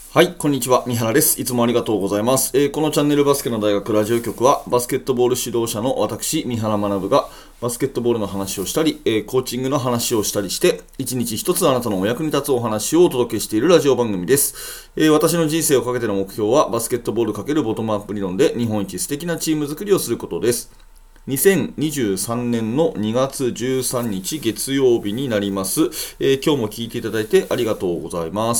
はい、こんにちは。三原です。いつもありがとうございます。このチャンネルバスケの大学ラジオ局は、バスケットボール指導者の私、三原学が、バスケットボールの話をしたり、コーチングの話をしたりして、一日一つあなたのお役に立つお話をお届けしているラジオ番組です。私の人生をかけての目標は、バスケットボール×ボトムアップ理論で日本一素敵なチーム作りをすることです。2023年の2月13日月曜日になります。今日も聞いていただいてありがとうございます。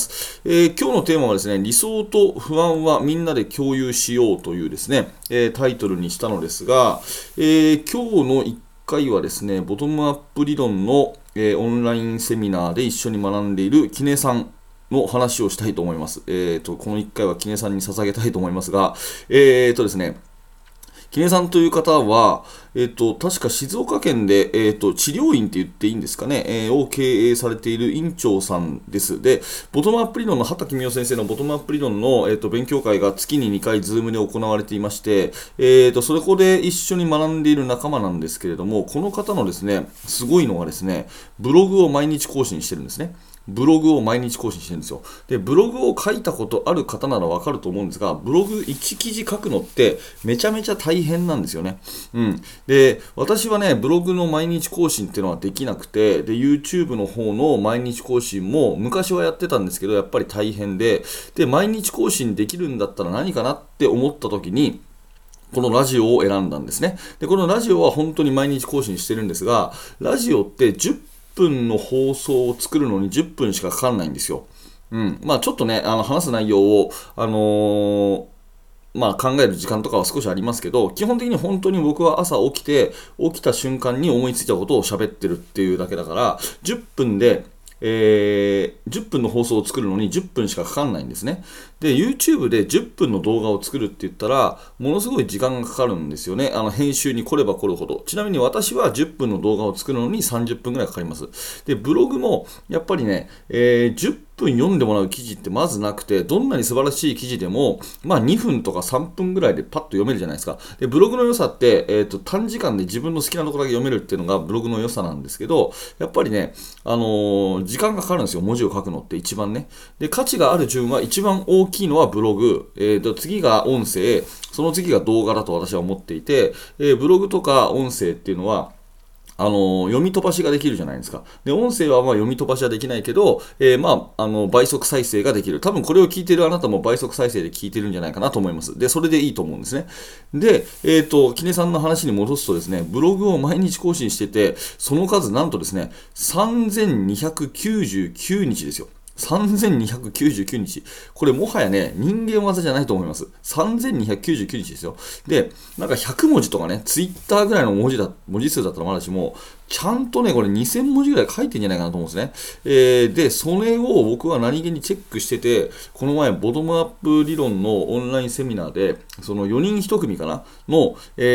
今日のテーマはですね、理想と不安はみんなで共有しようというですね、タイトルにしたのですが、今日の1回はですね、ボトムアップ理論の、オンラインセミナーで一緒に学んでいるキネさんの話をしたいと思います。この1回はキネさんに捧げたいと思いますが、ですね、キネさんという方は、確か静岡県で、治療院って言っていいんですかね、を経営されている院長さんです。で、ボトムアップ理論の畑公夫先生のボトムアップ理論の、勉強会が月に2回ズームで行われていまして、それこで一緒に学んでいる仲間なんですけれども、この方のですね、すごいのがですね、ブログを毎日更新してるんですね。ブログを毎日更新してるんですよ。で、ブログを書いたことある方ならわかると思うんですが、ブログ1記事書くのってめちゃめちゃ大変なんですよね。で、私はね、ブログの毎日更新っていうのはできなくて、で、YouTube の方の毎日更新も昔はやってたんですけど、やっぱり大変で、毎日更新できるんだったら何かなって思った時に、このラジオを選んだんですね。で、このラジオは本当に毎日更新してるんですが、ラジオって10分の放送を作るのに10分しかかかんないんですよ。ちょっとね、話す内容を、考える時間とかは少しありますけど、基本的に本当に僕は朝起きた瞬間に思いついたことを喋ってるっていうだけだから、10分で、10分の放送を作るのに10分しかかかんないんですね。で、YouTube で10分の動画を作るって言ったら、ものすごい時間がかかるんですよね。編集に来れば来るほど。ちなみに私は10分の動画を作るのに30分ぐらいかかります。で、ブログも、やっぱりね、10分読んでもらう記事ってまずなくて、どんなに素晴らしい記事でも、2分とか3分ぐらいでパッと読めるじゃないですか。で、ブログの良さって、短時間で自分の好きなところだけ読めるっていうのがブログの良さなんですけど、やっぱりね、時間がかかるんですよ。文字を書くのって一番ね。で、価値がある順は一番大きいのはブログ、次が音声、その次が動画だと私は思っていて、ブログとか音声っていうのは、読み飛ばしができるじゃないですか。で、音声は読み飛ばしはできないけど、倍速再生ができる。多分これを聞いているあなたも倍速再生で聞いてるんじゃないかなと思います。で、それでいいと思うんですね。で、キネさんの話に戻すとですね、ブログを毎日更新してて、その数なんとですね、3299日ですよ。3299日。これもはやね、人間技じゃないと思います。3299日ですよ。で、なんか100文字とかね、ツイッターぐらいの文字数だったらまだしも、ちゃんとね、これ2000文字ぐらい書いてんじゃないかなと思うんですね。で、それを僕は何気にチェックしてて、この前、ボトムアップ理論のオンラインセミナーで、その4人1組かなの、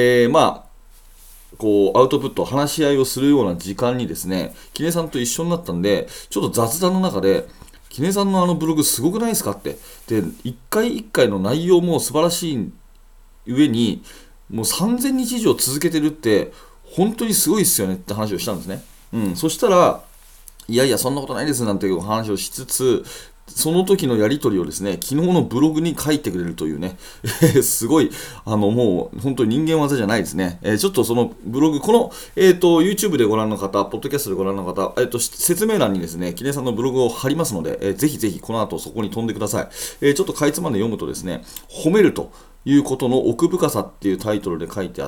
アウトプット、話し合いをするような時間にですね、キネさんと一緒になったんで、ちょっと雑談の中で、キネさんのあのブログすごくないですかって。で、一回一回の内容も素晴らしい上に、もう3000日以上続けてるって、本当にすごいっすよねって話をしたんですね。そしたら、いやいや、そんなことないですなんていう話をしつつ、その時のやり取りをですね、昨日のブログに書いてくれるというね、すごい、もう本当に人間技じゃないですね。ちょっとそのブログ、この、YouTube でご覧の方、ポッドキャストでご覧の方、説明欄にですね、キネさんのブログを貼りますので、ぜひぜひこの後そこに飛んでください。ちょっとかいつまんで読むとですね、褒めるということの奥深さっていうタイトルで書いてあって、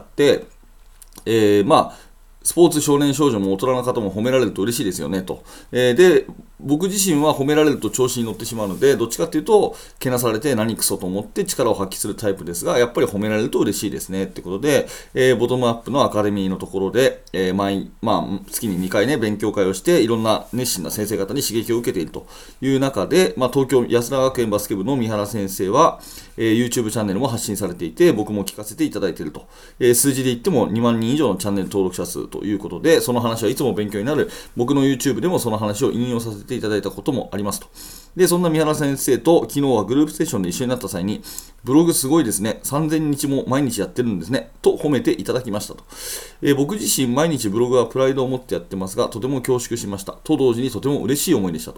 スポーツ少年少女も大人の方も褒められると嬉しいですよねと。で、僕自身は褒められると調子に乗ってしまうので、どっちかっていうと、けなされて何クソと思って力を発揮するタイプですが、やっぱり褒められると嬉しいですねってことで、ボトムアップのアカデミーのところで、月に2回ね、勉強会をして、いろんな熱心な先生方に刺激を受けているという中で、東京安田学園バスケ部の三原先生は、YouTube チャンネルも発信されていて、僕も聞かせていただいていると。数字で言っても2万人以上のチャンネル登録者数ということで、その話はいつも勉強になる。僕の YouTube でもその話を引用させていただいたこともありますと。で、そんな三原先生と昨日はグループセッションで一緒になった際に、ブログすごいですね。3000日も毎日やってるんですね。と褒めていただきましたと。僕自身毎日ブログはプライドを持ってやってますが、とても恐縮しました。と同時にとても嬉しい思いでしたと。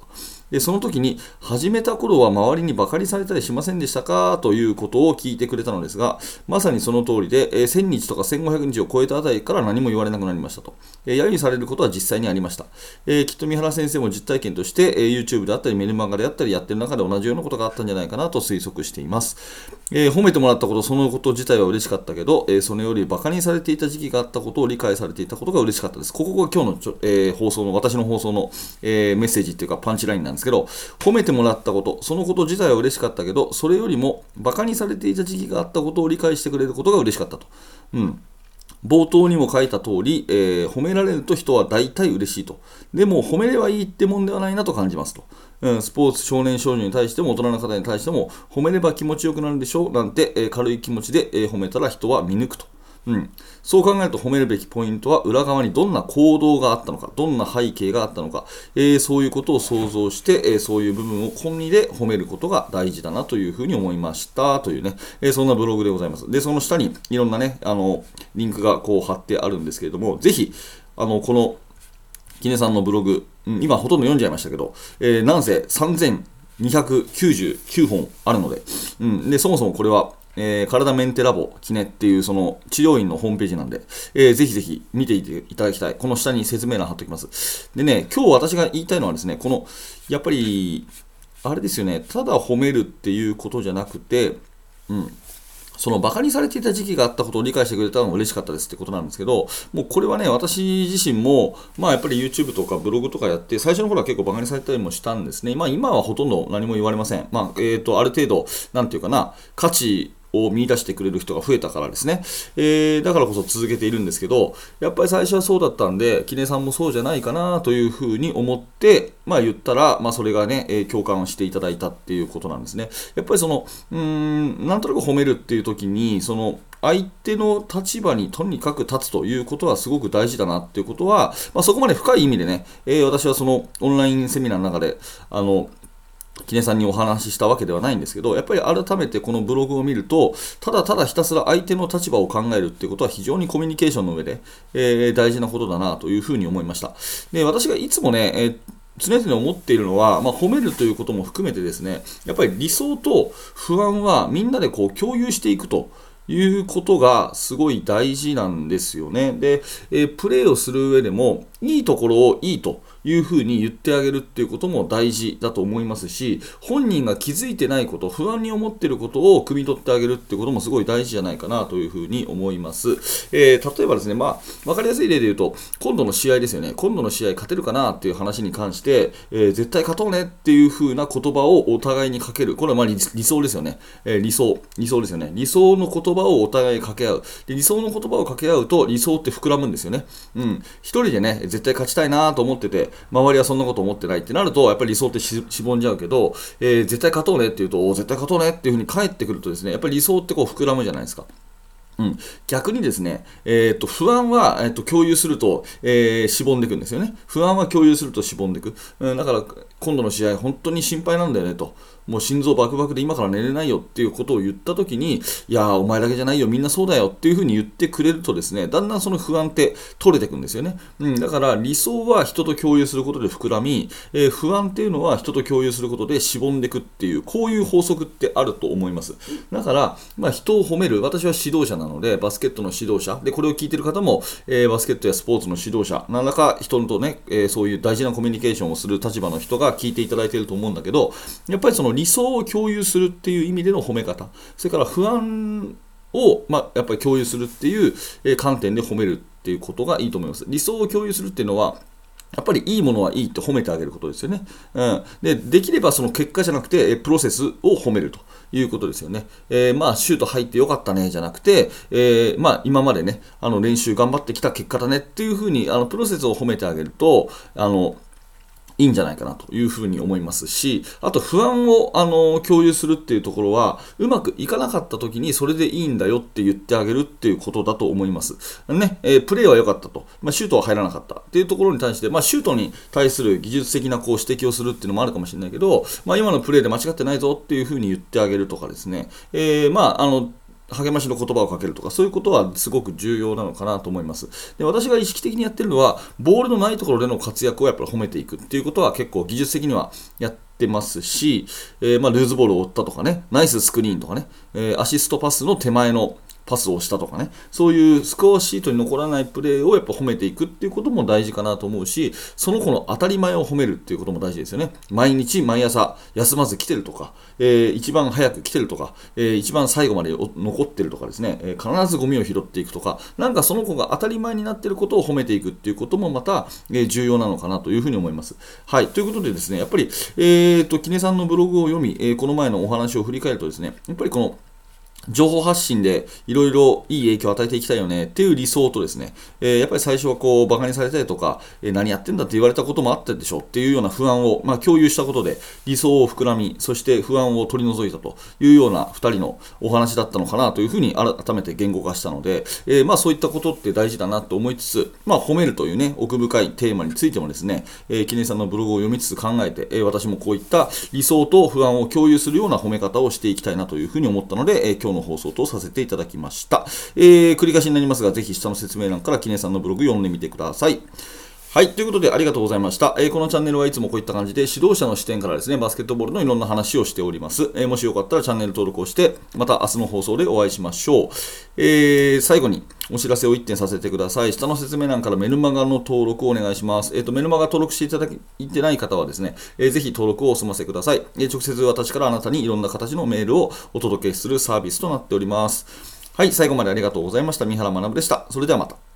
で、その時に、始めた頃は周りにバカにされたりしませんでしたかということを聞いてくれたのですが、まさにその通りで、1000日とか1500日を超えたあたりから何も言われなくなりましたと。揶揄されることは実際にありました。きっと三原先生も実体験として、YouTube であったりメルマガであったりやってる中で同じようなことがあったんじゃないかなと推測しています。褒めてもらったこと、そのこと自体は嬉しかったけど、それよりバカにされていた時期があったことを理解されていたことが嬉しかったです。ここが今日の放送の、私の放送の、メッセージっていうかパンチラインなんですけど、褒めてもらったこと、そのこと自体は嬉しかったけど、それよりもバカにされていた時期があったことを理解してくれることが嬉しかったと。冒頭にも書いた通り、褒められると人は大体嬉しいと。でも褒めればいいってもんではないなと感じますと。スポーツ少年少女に対しても大人の方に対しても褒めれば気持ちよくなるでしょうなんて、軽い気持ちで、褒めたら人は見抜くと。そう考えると褒めるべきポイントは裏側にどんな行動があったのか、どんな背景があったのか、そういうことを想像して、そういう部分を込みで褒めることが大事だなというふうに思いましたというね、そんなブログでございます。で、その下にいろんなね、リンクがこう貼ってあるんですけれども、ぜひ、このキネさんのブログ、今ほとんど読んじゃいましたけど、なんせ3299本あるので、で、そもそもこれは体メンテラボキネっていうその治療院のホームページなんで、ぜひぜひ見ていていただきたい。この下に説明欄貼っておきます。でね、今日私が言いたいのはですね、この、やっぱり、あれですよね、ただ褒めるっていうことじゃなくて、そのバカにされていた時期があったことを理解してくれたのが嬉しかったですってことなんですけど、もうこれはね、私自身も、やっぱり YouTube とかブログとかやって、最初の頃は結構バカにされたりもしたんですね。今はほとんど何も言われません。ある程度、なんていうかな、価値を見出してくれる人が増えたからですね、だからこそ続けているんですけど、やっぱり最初はそうだったんで、キネさんもそうじゃないかなというふうに思って、言ったら、それがね、共感していただいたっていうことなんですね。やっぱりその、なんとなく褒めるっていう時に、その、相手の立場にとにかく立つということはすごく大事だなっていうことは、そこまで深い意味でね、私はそのオンラインセミナーの中で、キネさんにお話ししたわけではないんですけど、やっぱり改めてこのブログを見ると、ただただひたすら相手の立場を考えるっていうことは非常にコミュニケーションの上で、大事なことだなというふうに思いました。で、私がいつもね、常々思っているのは、褒めるということも含めてですね、やっぱり理想と不安はみんなでこう共有していくということがすごい大事なんですよね。で、プレーをする上でも、いいところをいいというふうに言ってあげるっていうことも大事だと思いますし、本人が気づいてないこと、不安に思っていることを汲み取ってあげるっていうこともすごい大事じゃないかなというふうに思います。例えばですね、わかりやすい例で言うと、今度の試合ですよね。今度の試合勝てるかなっていう話に関して、絶対勝とうねっていうふうな言葉をお互いにかける。これは理想ですよね。理想ですよね。理想の言葉をお互いに掛け合う。で、理想の言葉を掛け合うと理想って膨らむんですよね。一人でね、絶対勝ちたいなと思ってて、周りはそんなこと思ってないってなると、やっぱり理想ってしぼんじゃうけど、絶対勝とうねって言うと、絶対勝とうねっていうふうに返ってくるとですね、やっぱり理想ってこう膨らむじゃないですか。逆にですね、不安は、共有すると、しぼんでいくんですよね。不安は共有するとしぼんでいく。だから、今度の試合、本当に心配なんだよねと。もう心臓バクバクで今から寝れないよっていうことを言ったときに、いやー、お前だけじゃないよ、みんなそうだよっていうふうに言ってくれるとですね、だんだんその不安って取れていくんですよね。だから理想は人と共有することで膨らみ、不安っていうのは人と共有することでしぼんでいくっていう、こういう法則ってあると思います。だから、人を褒める、私は指導者なので、バスケットの指導者、で、これを聞いている方も、バスケットやスポーツの指導者、何らか人とね、そういう大事なコミュニケーションをする立場の人が聞いていただいていると思うんだけど、やっぱりその理想を共有するっていう意味での褒め方、それから不安を、やっぱり共有するっていう観点で褒めるっていうことがいいと思います。理想を共有するっていうのは、やっぱりいいものはいいって褒めてあげることですよね。できればその結果じゃなくて、プロセスを褒めるということですよね。シュート入ってよかったねじゃなくて、今までね、練習頑張ってきた結果だねっていうふうに、プロセスを褒めてあげると、いいんじゃないかなというふうに思いますし、あと不安を共有するっていうところは、うまくいかなかった時にそれでいいんだよって言ってあげるっていうことだと思います。ね、プレーは良かったと、シュートは入らなかったっていうところに対して、シュートに対する技術的な指摘をするっていうのもあるかもしれないけど、今のプレーで間違ってないぞっていうふうに言ってあげるとかですね、 励ましの言葉をかけるとか、そういうことはすごく重要なのかなと思います。で、私が意識的にやってるのは、ボールのないところでの活躍をやっぱり褒めていくっていうことは結構技術的にはやってますし、ルーズボールを追ったとかね、ナイススクリーンとかね、アシストパスの手前のパスをしたとかね、そういうスコアシートに残らないプレーをやっぱ褒めていくっていうことも大事かなと思うし、その子の当たり前を褒めるっていうことも大事ですよね。毎日毎朝休まず来てるとか、一番早く来てるとか、一番最後まで残ってるとかですね、必ずゴミを拾っていくとか、なんかその子が当たり前になっていることを褒めていくっていうこともまた、重要なのかなというふうに思います。はい、ということでですね、やっぱり、キネさんのブログを読み、この前のお話を振り返るとですね、やっぱりこの情報発信でいろいろいい影響を与えていきたいよねっていう理想とですね、やっぱり最初はこうバカにされたりとか、何やってんだって言われたこともあったでしょっていうような不安を、共有したことで理想を膨らみ、そして不安を取り除いたというような2人のお話だったのかなというふうに改めて言語化したので、そういったことって大事だなと思いつつ、褒めるというね奥深いテーマについてもですね、キネさんのブログを読みつつ考えて、私もこういった理想と不安を共有するような褒め方をしていきたいなというふうに思ったので、今日の放送とさせていただきました。繰り返しになりますが、ぜひ下の説明欄からキネさんのブログ読んでみてください。はい、ということでありがとうございました。このチャンネルはいつもこういった感じで指導者の視点からですね、バスケットボールのいろんな話をしております。もしよかったらチャンネル登録をして、また明日の放送でお会いしましょう。最後にお知らせを1点させてください。下の説明欄からメルマガの登録をお願いします。メルマガ登録していただいてない方はですね、ぜひ登録をお済ませください。直接私からあなたにいろんな形のメールをお届けするサービスとなっております。はい、最後までありがとうございました。三原学でした。それではまた。